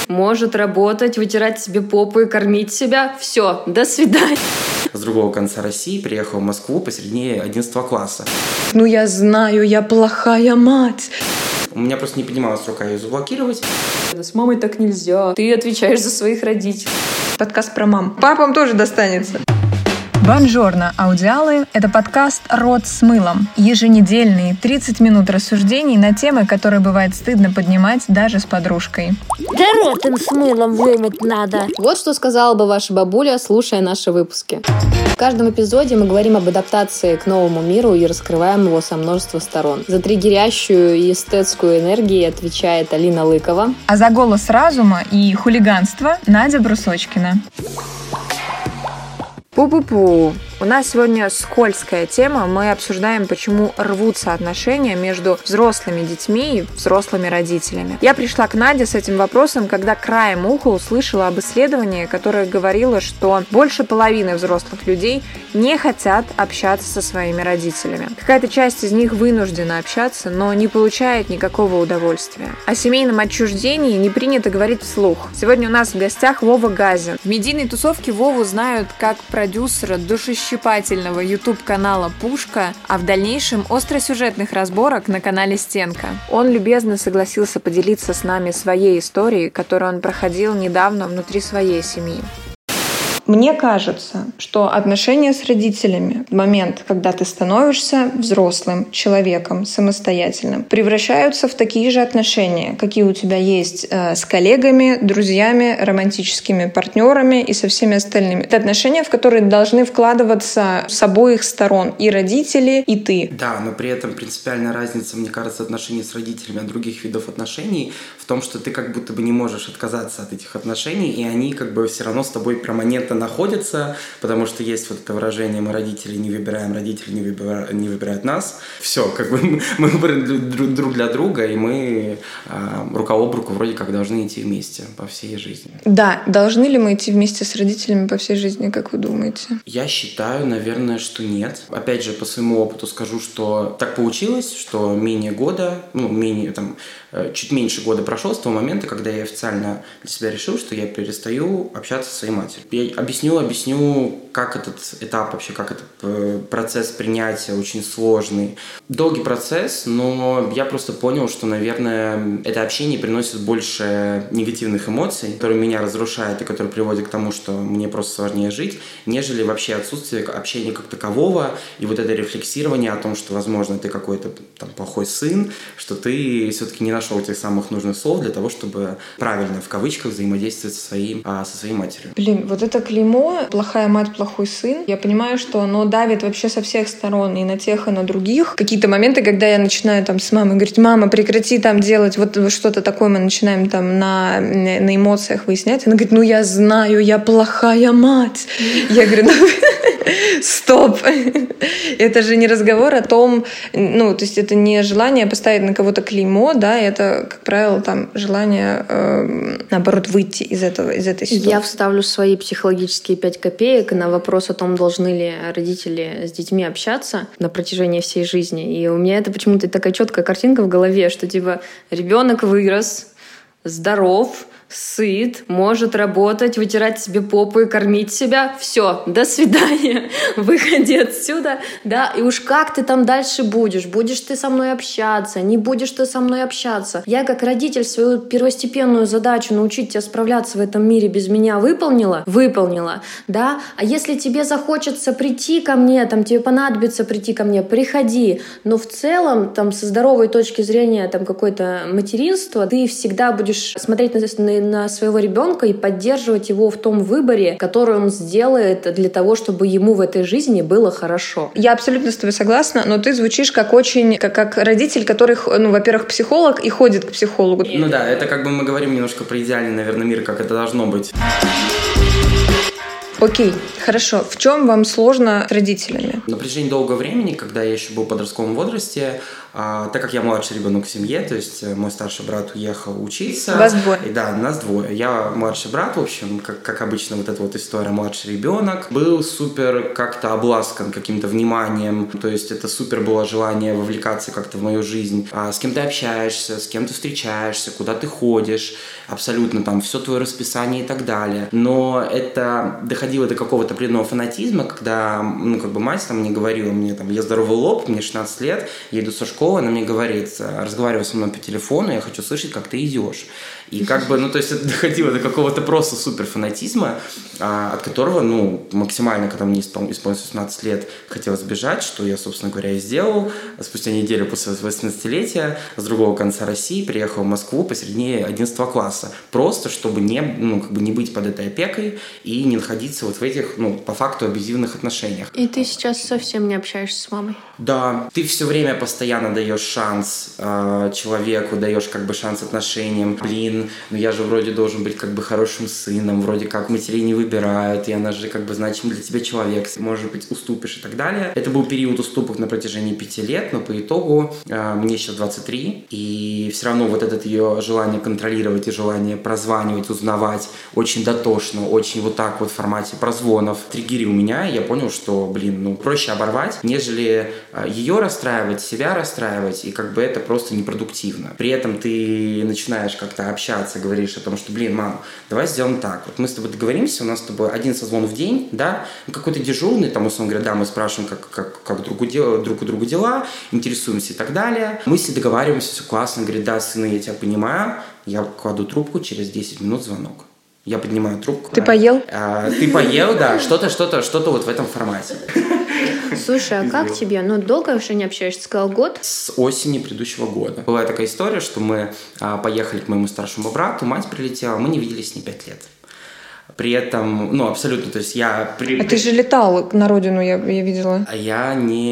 может работать, вытирать себе попу и кормить себя. Все, до свидания. С другого конца России приехал в Москву посередине 11 класса. Ну я знаю, я плохая мать. У меня просто не поднималась рука ее заблокировать. С мамой так нельзя. Ты отвечаешь за своих родителей. Подкаст про мам. Папам тоже достанется. Бонжорно, аудиалы! Это подкаст «Рот с мылом». Еженедельные 30 минут рассуждений на темы, которые бывает стыдно поднимать даже с подружкой. Да рот им с мылом вымыть надо. Вот что сказала бы ваша бабуля, слушая наши выпуски. В каждом эпизоде мы говорим об адаптации к новому миру и раскрываем его со множества сторон. За триггерящую и эстетскую энергию отвечает Алина Лыкова. А за голос разума и хулиганство Надя Брусочкина. Пу-пу-пу. У нас сегодня скользкая тема. Мы обсуждаем, почему рвутся отношения между взрослыми детьми и взрослыми родителями. Я пришла к Наде с этим вопросом, когда краем уха услышала об исследовании, которое говорило, что больше половины взрослых людей не хотят общаться со своими родителями. Какая-то часть из них вынуждена общаться, но не получает никакого удовольствия. О семейном отчуждении не принято говорить вслух. Сегодня у нас в гостях Вова Газин. В медийной тусовке Вову знают как продюсера душещипательного YouTube-канала «Пушка», а в дальнейшем остросюжетных разборок на канале «Стенка». Он любезно согласился поделиться с нами своей историей, которую он проходил недавно внутри своей семьи. Мне кажется, что отношения с родителями в момент, когда ты становишься взрослым человеком, самостоятельным, превращаются в такие же отношения, какие у тебя есть с коллегами, друзьями, романтическими партнерами и со всеми остальными. Это отношения, в которые должны вкладываться с обоих сторон, и родители, и ты. Да, но при этом принципиальная разница, мне кажется, отношений с родителями от других видов отношений в том, что ты как будто бы не можешь отказаться от этих отношений, и они как бы все равно с тобой перманентно находятся, потому что есть вот это выражение «мы родители не выбираем, родители не выбирают нас». Все, как бы мы выбрали друг для друга, и мы рука об руку вроде как должны идти вместе по всей жизни. Да, должны ли мы идти вместе с родителями по всей жизни, как вы думаете? Я считаю, наверное, что нет. Опять же, по своему опыту скажу, что так получилось, что чуть меньше года прошло с того момента, когда я официально для себя решил, что я перестаю общаться со своей матерью. Я объясню, как этот этап вообще, как этот процесс принятия очень сложный. Долгий процесс, но я просто понял, что, наверное, это общение приносит больше негативных эмоций, которые меня разрушают и которые приводят к тому, что мне просто сложнее жить, нежели вообще отсутствие общения как такового и вот это рефлексирование о том, что, возможно, ты какой-то там плохой сын, что ты все-таки не нашел тех самых нужных слов для того, чтобы правильно, в кавычках, взаимодействовать со своей матерью. Блин, вот это клеймо «плохая мать, плохой сын», я понимаю, что оно давит вообще со всех сторон, и на тех, и на других. Какие-то моменты, когда я начинаю там с мамой говорить: «Мама, прекрати там делать вот что-то такое», мы начинаем там на эмоциях выяснять. Она говорит: «Ну я знаю, я плохая мать». Я говорю: стоп. Это же не разговор о том, то есть это не желание поставить на кого-то клеймо, да, это, как правило, там желание, наоборот, выйти из этой ситуации. Я вставлю свои психологические 5 копеек на вопрос о том, должны ли родители с детьми общаться на протяжении всей жизни. И у меня это почему-то такая четкая картинка в голове, что типа ребенок вырос, здоров, сыт, может работать, вытирать себе попу и кормить себя. Все, до свидания. Выходи отсюда. Да, и уж как ты там дальше будешь? Будешь ты со мной общаться? Не будешь ты со мной общаться? Я как родитель свою первостепенную задачу научить тебя справляться в этом мире без меня выполнила? Выполнила. Да? А если тебе захочется прийти ко мне, там тебе понадобится прийти ко мне, приходи. Но в целом, там, со здоровой точки зрения там какое-то материнство, ты всегда будешь смотреть на своего ребенка и поддерживать его в том выборе, который он сделает для того, чтобы ему в этой жизни было хорошо. Я абсолютно с тобой согласна, но ты звучишь как родитель, который, во-первых, психолог и ходит к психологу. Ну да, это как бы мы говорим немножко про идеальный, наверное, мир, как это должно быть. Окей, хорошо. В чем вам сложно с родителями? На протяжении долгого времени, когда я еще был в подростковом возрасте, Так как я младший ребенок в семье, то есть мой старший брат уехал учиться. Вас двое? Да, нас двое. Я младший брат, в общем, как обычно вот эта вот история, младший ребенок. Был супер как-то обласкан каким-то вниманием, то есть это супер было желание вовлекаться как-то в мою жизнь. С кем ты общаешься, с кем ты встречаешься, куда ты ходишь, абсолютно там все твое расписание и так далее. Но это доходило до какого-то определенного фанатизма, когда, мать там мне говорила, я здоровый лоб, мне 16 лет, я иду со школы, она мне говорит, разговаривай со мной по телефону, я хочу слышать, как ты идешь. И то есть это доходило до какого-то просто суперфанатизма, от которого, максимально, когда мне исполнилось 18 лет, хотелось бежать, что я, собственно говоря, и сделал. Спустя неделю после 18-летия с другого конца России приехал в Москву посередине 11 класса. Просто, чтобы не быть под этой опекой и не находиться вот в этих, по факту, абьюзивных отношениях. И ты сейчас совсем не общаешься с мамой? Да, ты все время постоянно даешь шанс человеку, даешь шанс отношениям. Я же вроде должен быть хорошим сыном, вроде как матерей не выбирают, и она же значим для тебя человек, может быть, уступишь и так далее. Это был период уступок на протяжении 5 лет, но по итогу мне сейчас 23, и все равно вот это ее желание контролировать и желание прозванивать, узнавать очень дотошно, очень вот так вот в формате прозвонов триггерил меня, и я понял, что, проще оборвать, нежели ее расстраивать, себя расстраивать, и это просто непродуктивно. При этом ты начинаешь как-то общаться, говоришь о том, что, мам, давай сделаем так. Вот мы с тобой договоримся, у нас с тобой один созвон в день, да, какой-то дежурный, там, условно говоря, да, мы спрашиваем, как друг у друга дела, интересуемся и так далее. Мы с ней договариваемся, все классно, говорит, да, сына, я тебя понимаю, я кладу трубку, через 10 минут звонок. Я поднимаю трубку. Ты поел? Ты поел, да, что-то вот в этом формате. Слушай, а как тебе? Долго уже не общаешься? Сказал, год? С осени предыдущего года. Была такая история, что мы поехали к моему старшему брату, мать прилетела, мы не виделись с ней 5 лет. При этом, абсолютно, то есть я... А ты же летал на родину, я видела. Я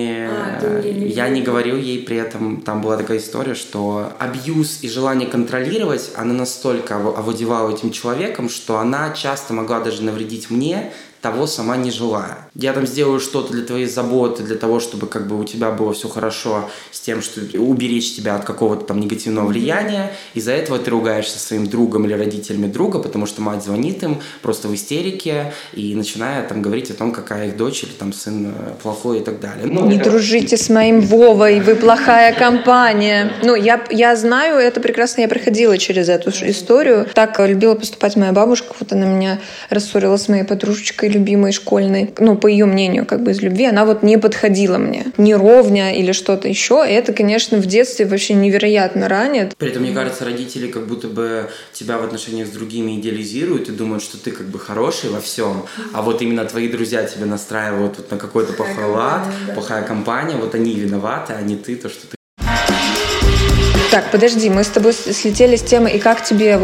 не говорил ей при этом, там была такая история, что абьюз и желание контролировать, она настолько овладевала этим человеком, что она часто могла даже навредить мне, того сама не желая. Я там сделаю что-то для твоей заботы, для того, чтобы у тебя было все хорошо, с тем, что уберечь тебя от какого-то там негативного влияния. Из-за этого ты ругаешься со своим другом или родителями друга, потому что мать звонит им просто в истерике и начинает там говорить о том, какая их дочь или там сын плохой и так далее. Не дружите с моим Вовой, вы плохая компания. Я знаю это прекрасно, я проходила через эту историю. Так любила поступать моя бабушка, вот она меня рассорила с моей подружечкой любимой школьной, по ее мнению, из любви, она не подходила мне. Не ровня или что-то еще. И это, конечно, в детстве вообще невероятно ранит. При этом, мне кажется, родители как будто бы тебя в отношениях с другими идеализируют и думают, что ты хороший во всем, а вот именно твои друзья тебя настраивают на какой-то плохой лад, плохая компания, вот они виноваты, а не ты, то, что ты. Так, подожди, мы с тобой слетели с темы, и как тебе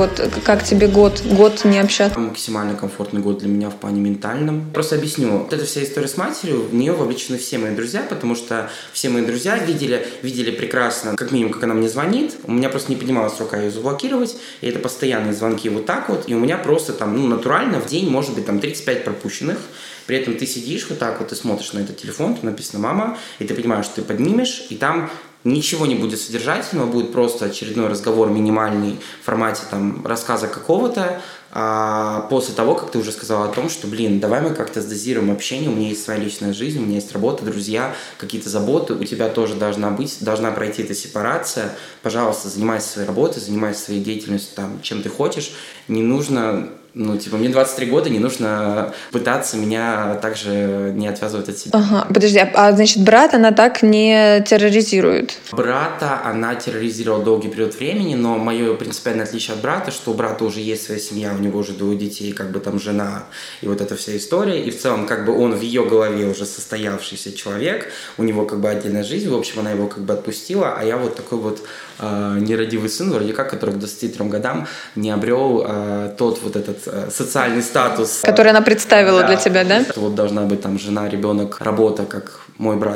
год не общаться? Максимально комфортный год для меня в плане ментальном. Просто объясню. Вот эта вся история с матерью, в нее вовлечены все мои друзья, потому что все мои друзья видели прекрасно, как минимум, как она мне звонит. У меня просто не поднималась рука ее заблокировать, и это постоянные звонки вот так вот, и у меня просто натурально в день может быть 35 пропущенных. При этом ты сидишь вот так вот и смотришь на этот телефон, тут написано «мама», и ты понимаешь, что ты поднимешь, и там ничего не будет содержательного, будет просто очередной разговор минимальный в формате рассказа какого-то, после того, как ты уже сказала о том, что, давай мы как-то сдозируем общение, у меня есть своя личная жизнь, у меня есть работа, друзья, какие-то заботы, у тебя тоже должна пройти эта сепарация, пожалуйста, занимайся своей работой, занимайся своей деятельностью, чем ты хочешь, не нужно... мне 23 года, не нужно пытаться меня также не отвязывать от себя. Ага, подожди, значит, брат она так не терроризирует? Брата она терроризировала долгий период времени, но мое принципиальное отличие от брата, что у брата уже есть своя семья, у него уже 2 детей, жена, и вот эта вся история, и в целом он в ее голове уже состоявшийся человек, у него отдельная жизнь, в общем, она его отпустила, а я вот такой вот нерадивый сын, вроде который к 23 годам не обрел тот вот этот социальный статус. Который она представила для тебя, да? Что должна быть жена, ребенок, работа, как мой брат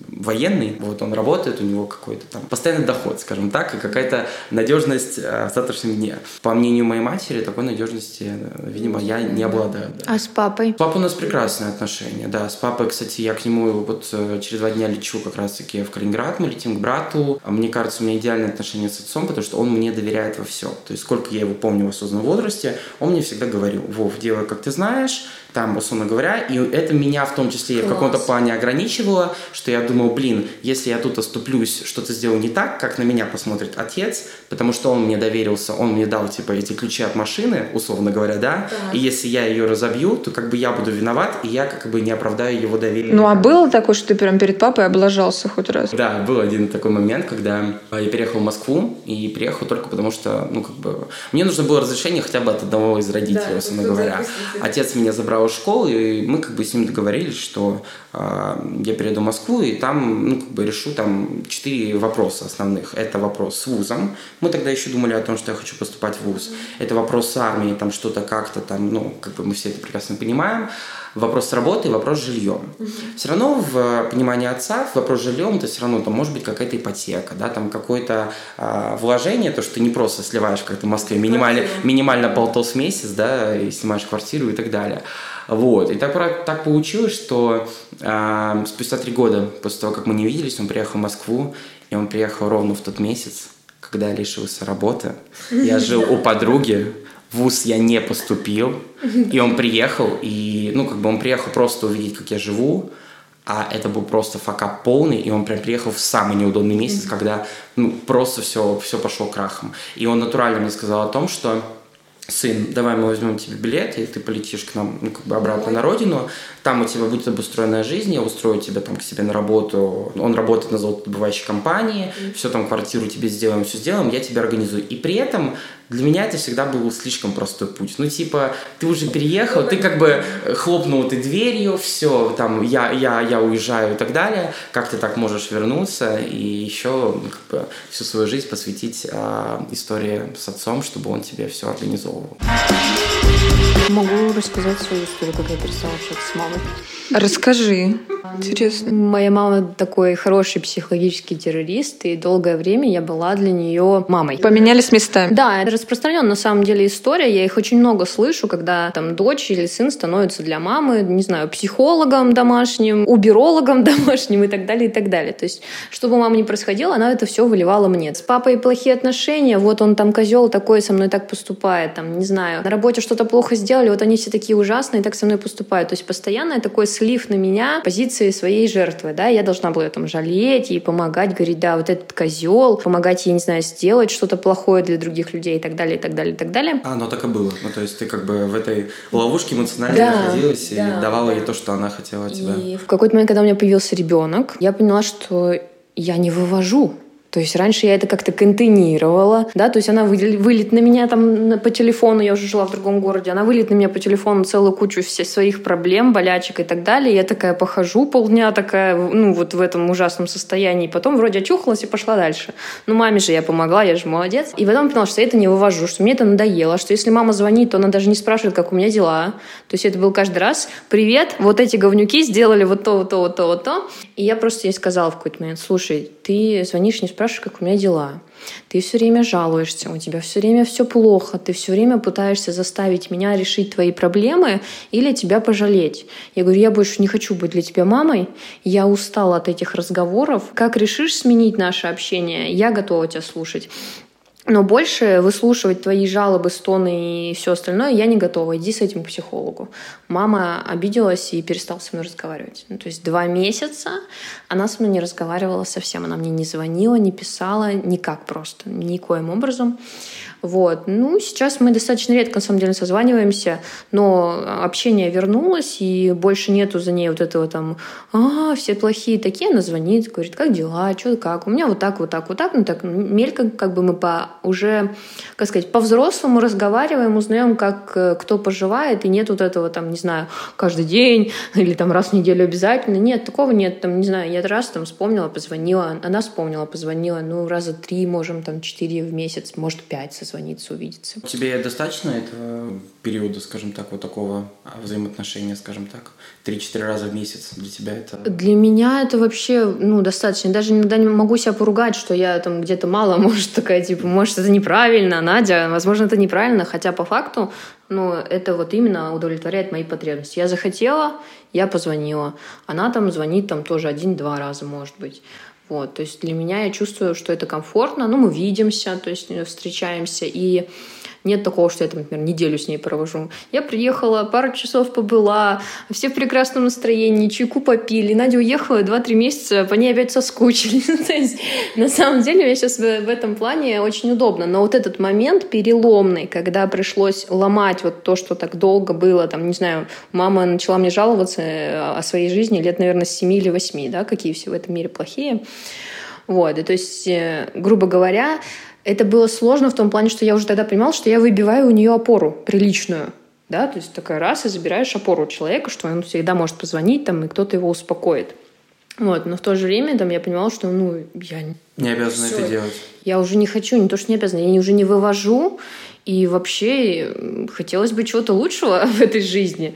военный, вот он работает, у него какой-то там постоянный доход, скажем так, и какая-то надежность в завтрашнем дне. По мнению моей матери, такой надежности, видимо, я не обладаю. Да. А с папой? С папой у нас прекрасные отношения, да. С папой, кстати, я к нему вот через 2 дня лечу как раз-таки в Калининград, мы летим к брату. Мне кажется, у меня идеальные отношения с отцом, потому что он мне доверяет во всем. То есть, сколько я его помню в осознанном возрасте, он мне всегда говорил: Вов, делай, как ты знаешь, там, условно говоря, и это меня в том числе в каком-то плане ограничивало, что я думал, блин, если я тут оступлюсь, что-то сделаю не так, как на меня посмотрит отец, потому что он мне доверился, он мне дал, типа, эти ключи от машины, условно говоря, да, и если я ее разобью, то как бы я буду виноват, и я как бы не оправдаю его доверие. Ну, а было такое, что ты прям перед папой облажался хоть раз? Да, был один такой момент, когда я переехал в Москву, и приехал только потому, что, ну, как бы, мне нужно было разрешение хотя бы от одного из родителей, условно говоря. Отец меня забрал из школы, и мы как бы с ним договорились, что я перееду в Москву, и там, ну, как бы решу там 4 вопроса основных. Это вопрос с вузом. Мы тогда еще думали о том, что я хочу поступать в вуз. Это вопрос с армией, там что-то как-то там, ну, как бы мы все это прекрасно понимаем. Вопрос с работой, вопрос с жильем. Все равно в понимании отца вопрос с жильем, это все равно там может быть какая-то ипотека, да, там какое-то вложение, то, что ты не просто сливаешь как-то в Москве минимально полтос в месяц, да, и снимаешь квартиру и так далее. Вот. И так получилось, что спустя 3 года после того, как мы не виделись, он приехал в Москву, и он приехал ровно в тот месяц, когда я лишился работы. Я жил у подруги, в вуз я не поступил, и он приехал, и, ну, как бы он приехал просто увидеть, как я живу, а это был просто факап полный, и он прям приехал в самый неудобный месяц, когда, ну, просто все пошло крахом. И он натурально мне сказал о том, что: сын, давай мы возьмем тебе билет, и ты полетишь к нам, ну, как бы обратно на родину. Там у тебя будет обустроенная жизнь, я устрою тебя там к себе на работу. Он работает на золотодобывающей компании, все там, квартиру тебе сделаем, все сделаем, я тебя организую. И при этом для меня это всегда был слишком простой путь. Ну, типа, ты уже переехал, ты как бы хлопнул этой дверью, все, там, я уезжаю и так далее. Как ты так можешь вернуться и еще, ну, как бы всю свою жизнь посвятить истории с отцом, чтобы он тебе все организовывал? Могу рассказать свою историю, как я перестала общаться с мамой. Расскажи. Интересно. Моя мама такой хороший психологический террорист, и долгое время я была для нее мамой. Поменялись местами? Да, это распространенная на самом деле история. Я их очень много слышу, когда там дочь или сын становится для мамы, не знаю, психологом домашним, уберологом домашним и так далее, и так далее. То есть, что бы мама ни происходило, она это все выливала мне. С папой плохие отношения, вот он там козел такой, со мной так поступает, там, не знаю, на работе что-то плохо сделали, вот они все такие ужасные, так со мной поступают. То есть, постоянно такой слив на меня позиции своей жертвы, да, я должна была там жалеть и помогать, говорить, да, вот этот козел, помогать ей, не знаю, сделать что-то плохое для других людей и так далее, и так далее, и так далее. Ну так и было. Ну, то есть ты как бы в этой ловушке эмоционально находилась и давала ей то, что она хотела от тебя. И в какой-то момент, когда у меня появился ребенок, я поняла, что я не вывожу. То есть раньше я это как-то контейнировала, да, то есть она вылет на меня там по телефону, я уже жила в другом городе, она вылет на меня по телефону целую кучу всех своих проблем, болячек и так далее. Я такая похожу полдня, такая, ну, вот в этом ужасном состоянии. Потом вроде очухалась и пошла дальше. Ну, маме же я помогла, я же молодец. И потом поняла, что я это не вывожу, что мне это надоело, что если мама звонит, то она даже не спрашивает, как у меня дела. То есть это был каждый раз: привет, вот эти говнюки сделали вот то, вот то, вот то, вот то. И я просто ей сказала в какой-то момент: слушай, ты звонишь, не спрашиваешь, как у меня дела. Ты все время жалуешься, у тебя все время все плохо, ты все время пытаешься заставить меня решить твои проблемы или тебя пожалеть. Я говорю: я больше не хочу быть для тебя мамой, я устала от этих разговоров. Как решишь сменить наше общение, я готова тебя слушать. Но больше выслушивать твои жалобы, стоны и все остальное я не готова. Иди с этим к психологу. Мама обиделась и перестала со мной разговаривать. Ну, то есть 2 месяца она со мной не разговаривала совсем. Она мне не звонила, не писала, никак просто, никоим образом. Вот. Ну, сейчас мы достаточно редко, на самом деле, созваниваемся, но общение вернулось, и больше нету за ней вот этого там: все плохие такие. Она звонит, говорит: как дела, что как? У меня вот так, вот так, вот так. Ну, так мельком, как бы мы уже, как сказать, по-взрослому разговариваем, узнаем, как кто поживает, и нет вот этого там, не знаю, каждый день или там раз в неделю обязательно. Нет, такого нет. Там, не знаю, я раз там вспомнила, позвонила, она вспомнила, позвонила, ну, раза 3, можем там 4 в месяц, может 5 созвониться. созвониться, увидеться. Тебе достаточно этого периода, скажем так, вот такого взаимоотношения, скажем так, 3-4 раза в месяц для тебя это? Для меня это вообще, достаточно. Даже иногда не могу себя поругать, что я там где-то мало, может, такая, типа, может, это неправильно, Надя, возможно, это неправильно, хотя по факту, это вот именно удовлетворяет мои потребности. Я захотела, я позвонила. Она там звонит там тоже 1-2 раза, может быть. Вот, то есть для меня я чувствую, что это комфортно. Мы видимся, то есть встречаемся, и нет такого, что я там, например, неделю с ней провожу. Я приехала, пару часов побыла, все в прекрасном настроении, чайку попили. Надя уехала, 2-3 месяца по ней опять соскучились. То есть, на самом деле, мне сейчас в этом плане очень удобно. Но вот этот момент переломный, когда пришлось ломать вот то, что так долго было, там, не знаю, мама начала мне жаловаться о своей жизни лет, наверное, с 7 или 8, да, какие все в этом мире плохие. Вот, и то есть, грубо говоря, это было сложно в том плане, что я уже тогда понимала, что я выбиваю у нее опору приличную. Да? То есть такая раз и забираешь опору у человека, что он всегда может позвонить, там, и кто-то его успокоит. Вот. Но в то же время я понимала, что я не обязана это делать. Я уже не хочу, не то, что не обязана, я уже не вывожу. И вообще хотелось бы чего-то лучшего в этой жизни.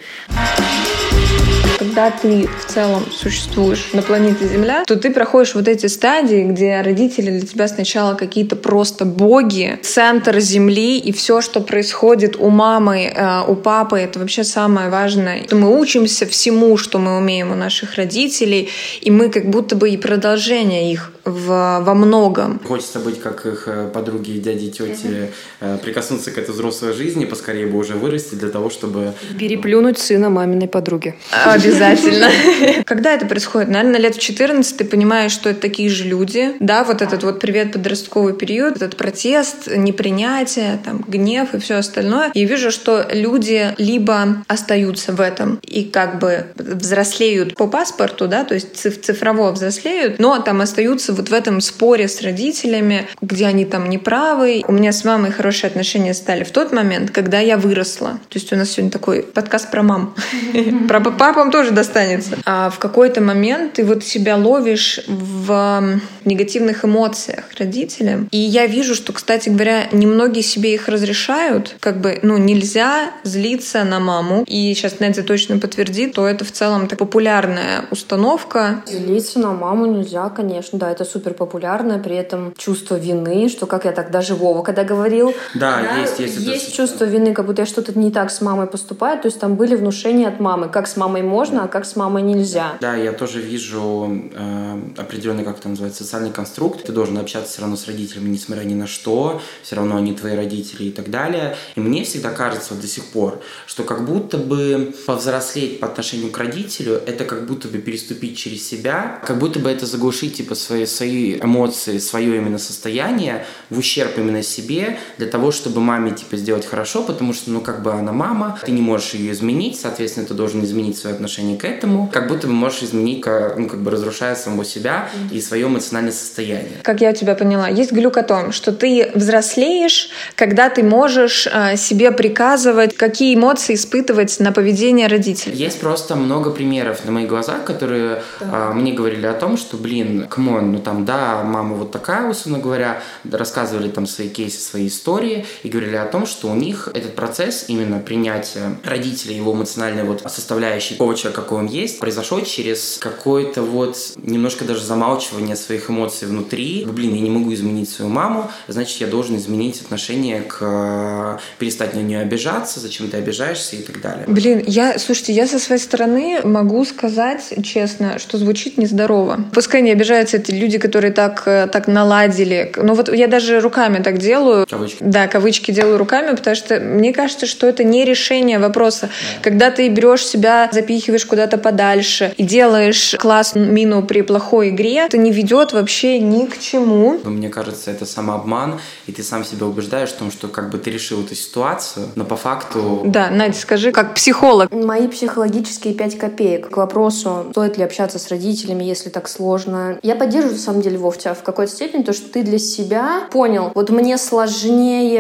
Когда ты в целом существуешь на планете Земля, то ты проходишь вот эти стадии, где родители для тебя сначала какие-то просто боги, центр Земли, и все, что происходит у мамы, у папы, это вообще самое важное. Мы учимся всему, что мы умеем у наших родителей, и мы как будто бы и продолжение их во многом. Хочется быть как их подруги, дяди, тети, прикоснуться к этой взрослой жизни, поскорее бы уже вырасти для того, чтобы... Переплюнуть сына маминой подруги. Обязательно. Когда это происходит? Наверное, лет в 14 ты понимаешь, что это такие же люди. Да, вот этот вот привет подростковый период, этот протест, непринятие, там, гнев и все остальное. И вижу, что люди либо остаются в этом и как бы взрослеют по паспорту, да, то есть цифрово взрослеют, но там остаются вот в этом споре с родителями, где они там неправы. У меня с мамой хорошие отношения стали в тот момент, когда я выросла. То есть у нас сегодня такой подкаст про мам. Про папам тоже достанется. А в какой-то момент ты вот себя ловишь в негативных эмоциях родителям. И я вижу, что, кстати говоря, немногие себе их разрешают. Как бы, нельзя злиться на маму. И сейчас Надя точно подтвердит, что это в целом так популярная установка. Злиться на маму нельзя, конечно. Да, это супер популярное. При этом чувство вины, что как я так даже Вова когда говорил. Да, есть. Есть чувство вины, как будто я что-то не так с мамой поступаю. То есть там были внушения от мамы, как с мамой можно, а как с мамой нельзя. Да, я тоже вижу определенный, как это называется, социальный конструкт. Ты должен общаться все равно с родителями, несмотря ни на что. Все равно они твои родители и так далее. И мне всегда кажется вот до сих пор, что как будто бы повзрослеть по отношению к родителю, это как будто бы переступить через себя, как будто бы это заглушить типа свои эмоции, свое именно состояние в ущерб именно себе, для того, чтобы маме типа сделать хорошо, потому что, как бы она мама, ты не можешь ее изменить, соответственно, ты должен изменить свое отношение к этому, как будто бы можешь изменить, как бы разрушая самого себя и свое эмоциональное состояние. Как я тебя поняла, есть глюк о том, что ты взрослеешь, когда ты можешь себе приказывать, какие эмоции испытывать на поведение родителей. Есть просто много примеров на моих глазах, которые мне говорили о том, что, камон, мама вот такая, условно говоря, рассказывали там свои кейсы, свои истории и говорили о том, что у них этот процесс именно принятия родителей, его эмоциональной вот составляющей такого человека, какой он есть, произошел через какое-то вот немножко даже замалчивание своих эмоций внутри. Я не могу изменить свою маму, значит, я должен изменить отношение к... перестать на нее обижаться, зачем ты обижаешься и так далее. Слушайте, я со своей стороны могу сказать честно, что звучит нездорово. Пускай не обижаются эти люди, которые так наладили. Вот я даже руками так делаю. Кавычки. Да, кавычки делаю руками, потому что мне кажется, что это не решение вопроса. Да. Когда ты берешь себя, запихиваешь куда-то подальше и делаешь классную мину при плохой игре, это не ведет вообще ни к чему. Мне кажется, это самообман, и ты сам себя убеждаешь в том, что как бы ты решил эту ситуацию, но по факту... Да, Надя, скажи, как психолог. Мои психологические 5 копеек к вопросу, стоит ли общаться с родителями, если так сложно. Я поддерживаю, на самом деле, Вов, тебя в какой-то степени, то, что ты для себя понял, вот мне сложнее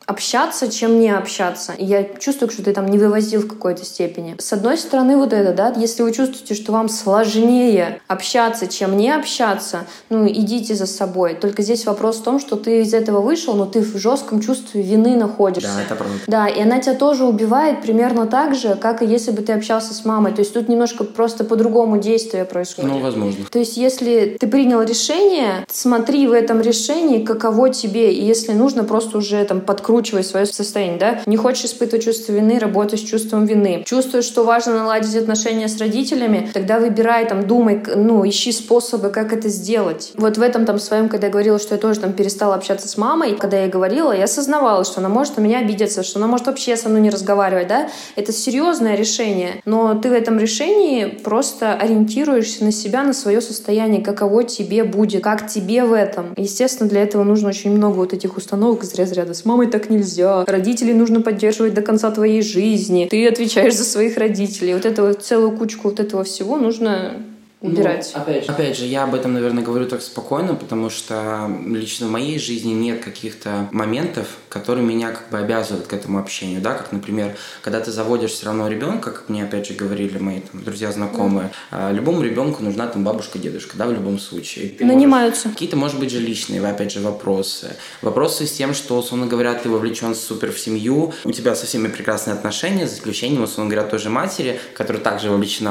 общаться, чем не общаться. И я чувствую, что ты там не вывозил в какой-то степени. С одной стороны, вот это, да, если вы чувствуете, что вам сложнее общаться, чем не общаться, идите за собой. Только здесь вопрос в том, что ты из этого вышел, но ты в жестком чувстве вины находишься. Да, это правда. Да, и она тебя тоже убивает примерно так же, как и если бы ты общался с мамой. То есть тут немножко просто по-другому действие происходит. Возможно. То есть если ты принял решение, смотри в этом решении, каково тебе, и если нужно, просто уже подкручивай свое состояние, да? Не хочешь испытывать чувство вины, работай с чувством вины. Чувствуешь, что важно наладить отношения с родителями, тогда выбирай, думай, ищи способы, как это сделать. Вот в этом своем, когда я говорила, что я тоже перестала общаться с мамой, когда я ей говорила, я осознавала, что она может на меня обидеться, что она может вообще со мной не разговаривать, да? Это серьезное решение, но ты в этом решении просто ориентируешься на себя, на свое состояние, каково тебе будет, как тебе в этом. Естественно, для этого нужно очень много вот этих установок из разряда «с мамой так нельзя», родителей нужно поддерживать до конца твоей жизни, ты отвечаешь за своих родителей. Вот эту целую кучку вот этого всего нужно убирать. Опять же, я об этом, наверное, говорю так спокойно, потому что лично в моей жизни нет каких-то моментов, которые меня обязывают к этому общению, да, как, например, когда ты заводишь все равно ребенка, как мне опять же говорили мои друзья, знакомые, любому ребенку нужна бабушка, дедушка, да, в любом случае. Нанимаются. Какие-то, может быть, личные, опять же, вопросы. Вопросы с тем, что, условно говоря, ты вовлечен супер в семью, у тебя со всеми прекрасные отношения, за исключением, условно говоря, той же матери, которая также вовлечена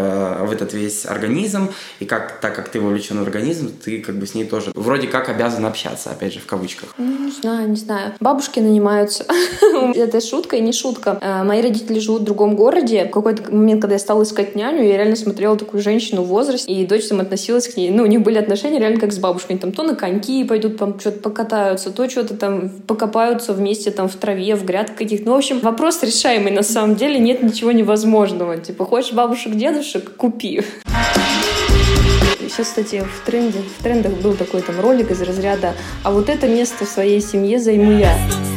в этот весь организм, и так как ты вовлечен в организм, ты с ней тоже вроде как обязан общаться, опять же, в кавычках. Не знаю. Бабушки нанимаются. Это шутка и не шутка. Мои родители живут в другом городе. В какой-то момент, когда я стала искать няню, я реально смотрела такую женщину в возрасте, и дочь относилась к ней. У них были отношения реально как с бабушкой. Они то на коньки пойдут, что-то покатаются, то что-то покопаются вместе в траве, в грядках каких-то. В общем, вопрос решаемый на самом деле. Нет ничего невозможного. Хочешь бабушек, дедушек? Купи. Сейчас, кстати, в трендах был такой ролик из разряда «А вот это место в своей семье займу я».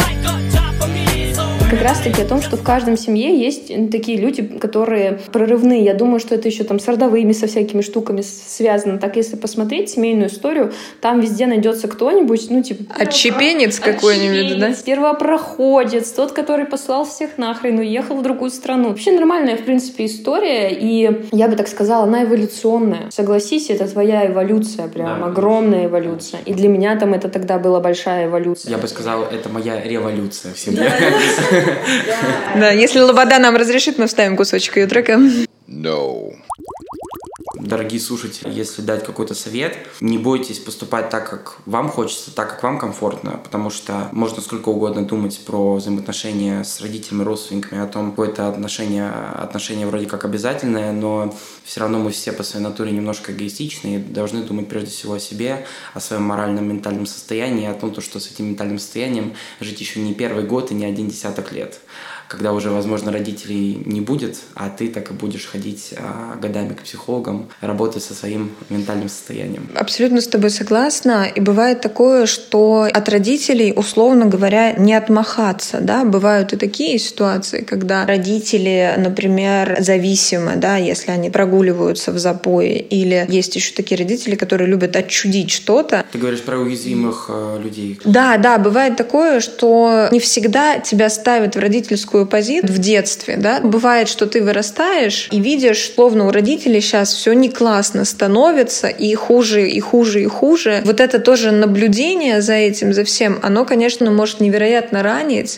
Как раз-таки о том, что в каждом семье есть такие люди, которые прорывные. Я думаю, что это еще с родовыми, со всякими штуками связано. Так, если посмотреть семейную историю, там везде найдется кто-нибудь, отщепенец какой-нибудь, да? Первопроходец, тот, который послал всех нахрен, уехал в другую страну. Вообще нормальная, в принципе, история, и я бы так сказала, она эволюционная. Согласись, это твоя эволюция, прям огромная эволюция. И для меня это тогда была большая эволюция. Я бы сказала, это моя революция в семье. Да, если Лобода нам разрешит, мы вставим кусочек ее трека. No. Дорогие слушатели, если дать какой-то совет, не бойтесь поступать так, как вам хочется, так, как вам комфортно, потому что можно сколько угодно думать про взаимоотношения с родителями, родственниками, о том, какое-то отношение вроде как обязательное, но все равно мы все по своей натуре немножко эгоистичны и должны думать прежде всего о себе, о своем моральном, ментальном состоянии, о том, что с этим ментальным состоянием жить еще не первый год и не 10 лет. Когда уже, возможно, родителей не будет, а ты так и будешь ходить годами к психологам, работать со своим ментальным состоянием. Абсолютно с тобой согласна. И бывает такое, что от родителей, условно говоря, не отмахаться. Да? Бывают и такие ситуации, когда родители, например, зависимы, да, если они прогуливаются в запое, или есть еще такие родители, которые любят отчудить что-то. Ты говоришь про уязвимых людей. Да, бывает такое, что не всегда тебя ставят в родительскую позицию в детстве, да. Бывает, что ты вырастаешь и видишь, словно у родителей сейчас все не классно становится, и хуже, и хуже, и хуже. Вот это тоже наблюдение за этим, за всем, оно, конечно, может невероятно ранить.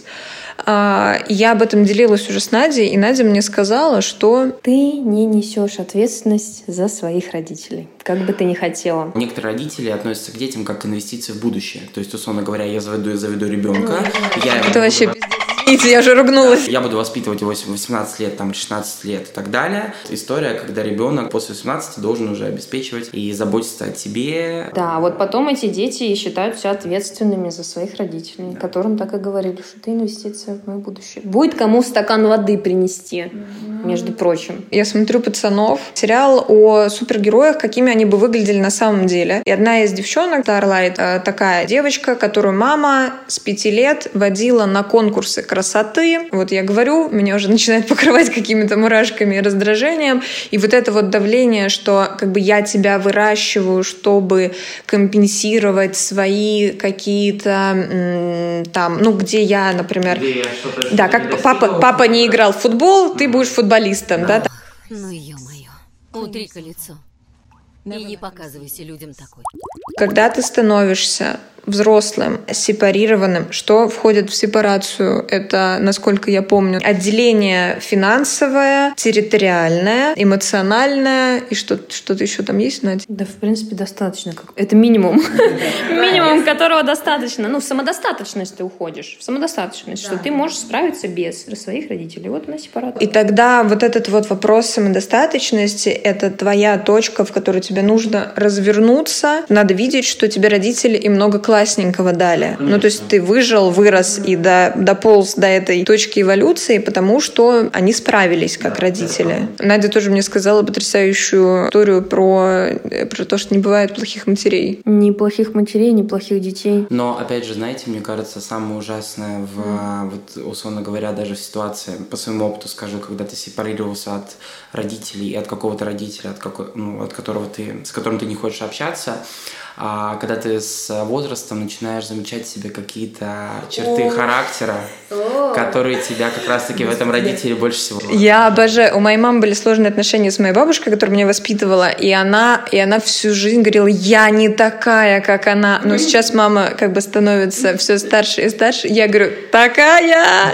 Я об этом делилась уже с Надей, и Надя мне сказала, что ты не несешь ответственность за своих родителей, как бы ты ни хотела. Некоторые родители относятся к детям как к инвестиции в будущее. То есть, условно говоря, я заведу ребенка. Это вообще пиздец. Извините, я уже ругнулась. Я буду воспитывать его 18 лет, 16 лет и так далее. История, когда ребенок после 18 должен уже обеспечивать и заботиться о себе. Да, вот потом эти дети считают себя ответственными за своих родителей, которым так и говорили, что ты инвестиция в мое будущее. Будет кому стакан воды принести, между прочим. Я смотрю «Пацанов», сериал о супергероях, какими они бы выглядели на самом деле. И одна из девчонок, Starlight, такая девочка, которую мама с 5 лет водила на конкурсы красоты. Вот я говорю, меня уже начинает покрывать какими-то мурашками и раздражением. И вот это вот давление, что как бы я тебя выращиваю, чтобы компенсировать свои какие-то там, ну, где я, например... Да, как папа не играл в футбол, ты будешь футболистом, да? Ну, ё-моё, утри-ка лицо. И не показывайся людям такой. Когда ты становишься взрослым, сепарированным, что входит в сепарацию? Это, насколько я помню, отделение финансовое, территориальное, эмоциональное и что-то еще там есть, Надя? Да, в принципе, достаточно. Это минимум. Минимум, которого достаточно. Ну, в самодостаточность ты уходишь. В самодостаточность, что ты можешь справиться без своих родителей. Вот она сепарация. И тогда вот этот вот вопрос самодостаточности — это твоя точка, в которой тебе нужно развернуться. Надо видеть, что тебе родители и много классненького дали. Ну, то есть ты выжил, вырос и дополз до этой точки эволюции, потому что они справились как родители. Надя тоже мне сказала потрясающую историю про то, что не бывает плохих матерей. Ни плохих матерей, ни плохих детей. Но, опять же, знаете, мне кажется, самое ужасное вот, условно говоря, даже в ситуации, по своему опыту скажу, когда ты сепарировался от родителей и от какого-то родителя, с которым ты не хочешь общаться, а когда ты с возрастом начинаешь замечать в себе какие-то черты характера, которые тебя как раз-таки в этом родителе больше всего... Я обожаю. У моей мамы были сложные отношения с моей бабушкой, которая меня воспитывала, и она всю жизнь говорила: я не такая, как она. Но сейчас мама как бы становится все старше и старше. Я говорю: такая!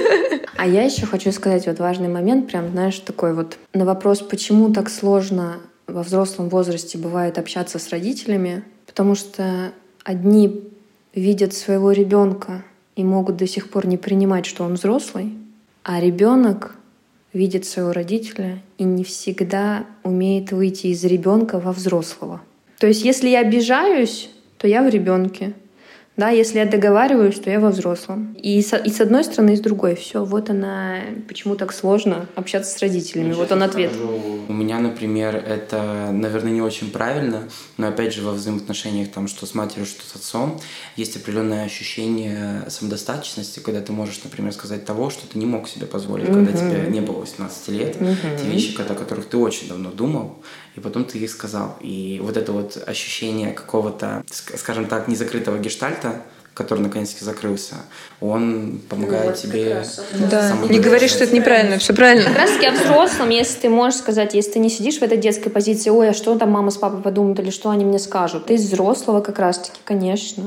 А я еще хочу сказать вот важный момент, прям, знаешь, такой вот на вопрос, почему так сложно во взрослом возрасте бывает общаться с родителями, потому что одни видят своего ребенка и могут до сих пор не принимать, что он взрослый, а ребенок видит своего родителя и не всегда умеет выйти из ребенка во взрослого. То есть, если я обижаюсь, то я в ребенке. Да, если я договариваюсь, то я во взрослом. И с одной стороны, и с другой. Все, вот она, почему так сложно общаться с родителями. Вот он ответ. У меня, например, это, наверное, не очень правильно, но опять же во взаимоотношениях, там, что с матерью, что с отцом, есть определенное ощущение самодостаточности, когда ты можешь, например, сказать того, что ты не мог себе позволить, когда тебе не было 18 лет, те вещи, о которых ты очень давно думал, и потом ты их сказал. И вот это вот ощущение какого-то, скажем так, незакрытого гештальта, который наконец-таки закрылся, он помогает тебе... Да, не говори, что это неправильно, все правильно. Как раз-таки о взрослом, если ты можешь сказать, если ты не сидишь в этой детской позиции: ой, а что там мама с папой подумают, или что они мне скажут. Ты из взрослого как раз-таки, конечно.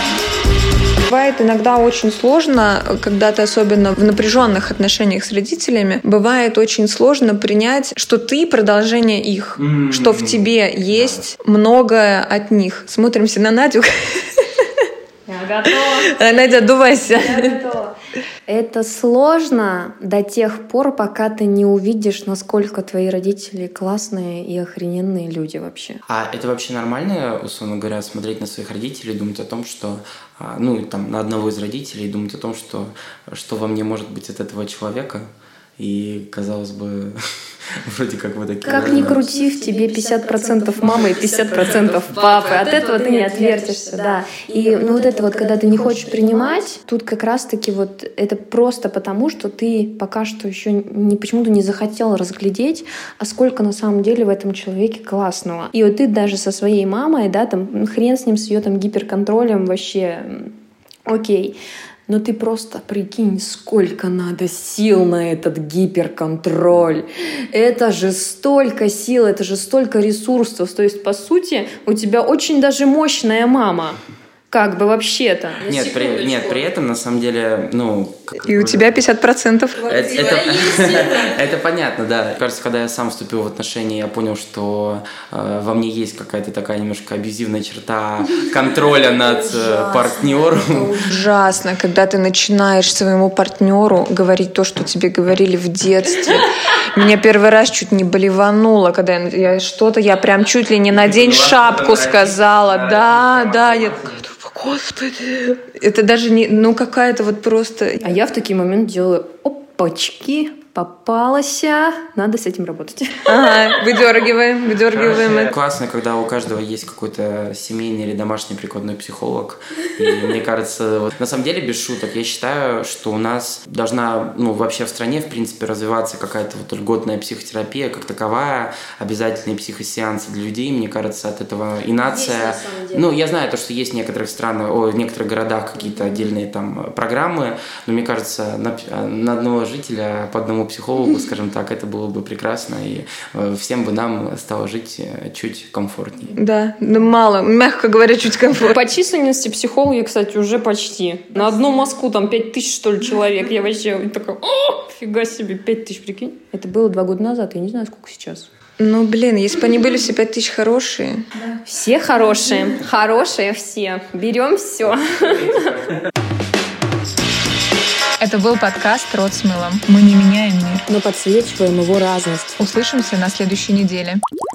Бывает иногда очень сложно, когда ты особенно в напряженных отношениях с родителями, бывает очень сложно принять, что ты продолжение их, что в тебе есть многое от них. Смотримся на Надю. Я готова. Надя, отдувайся. Я готова. Это сложно до тех пор, пока ты не увидишь, насколько твои родители классные и охрененные люди вообще. А это вообще нормально, условно говоря, смотреть на своих родителей и думать о том, что... Ну, там, на одного из родителей и думать о том, что во мне может быть от этого человека. И, казалось бы, вроде как вы такие... Как ни крути, в тебе 50% мамы и 50% папы. От этого ты не отвертишься, да. И ну, вот это вот, когда ты не хочешь принимать, тут как раз-таки вот это просто потому, что ты пока что еще почему-то не захотел разглядеть, а сколько на самом деле в этом человеке классного. И вот ты даже со своей мамой, да, там, хрен с ним, с ее там гиперконтролем вообще, окей. Но ты просто прикинь, сколько надо сил на этот гиперконтроль. Это же столько сил, это же столько ресурсов. То есть, по сути, у тебя очень даже мощная мама. Как бы вообще-то. Нет, при этом, на самом деле, ну... И у тебя 50%. Это понятно, да. Мне кажется, когда я сам вступил в отношения, я понял, что во мне есть какая-то такая немножко абьюзивная черта контроля над партнером. Ужасно, когда ты начинаешь своему партнеру говорить то, что тебе говорили в детстве. Меня первый раз чуть не болевануло, когда я прям чуть ли не надень шапку сказала. Да, я... Господи, это даже не, какая-то вот просто... А я в такие моменты делаю опачки, попалась, надо с этим работать. Ага, выдергиваем это. Классно, когда у каждого есть какой-то семейный или домашний прикладной психолог. И мне кажется, вот, на самом деле, без шуток, я считаю, что у нас должна, вообще в стране, в принципе, развиваться какая-то вот льготная психотерапия как таковая, обязательные психосеансы для людей. Мне кажется, от этого и нация... Я знаю то, что есть в некоторых странах, в некоторых городах какие-то отдельные там программы, но мне кажется, на одного жителя по одному психологу, скажем так, это было бы прекрасно, и всем бы нам стало жить чуть комфортнее. Да, мало, мягко говоря, чуть комфортнее. По численности психологи, кстати, уже почти. На одну Москву там 5000, что ли, человек. Я вообще такая, фига себе, 5000, прикинь. Это было 2 года назад, я не знаю, сколько сейчас. Если бы они были все 5000 хорошие. Да. Все хорошие. Хорошие все. Берем все. Это был подкаст «Рот с мылом». Мы не меняем мир, но подсвечиваем его разность. Услышимся на следующей неделе.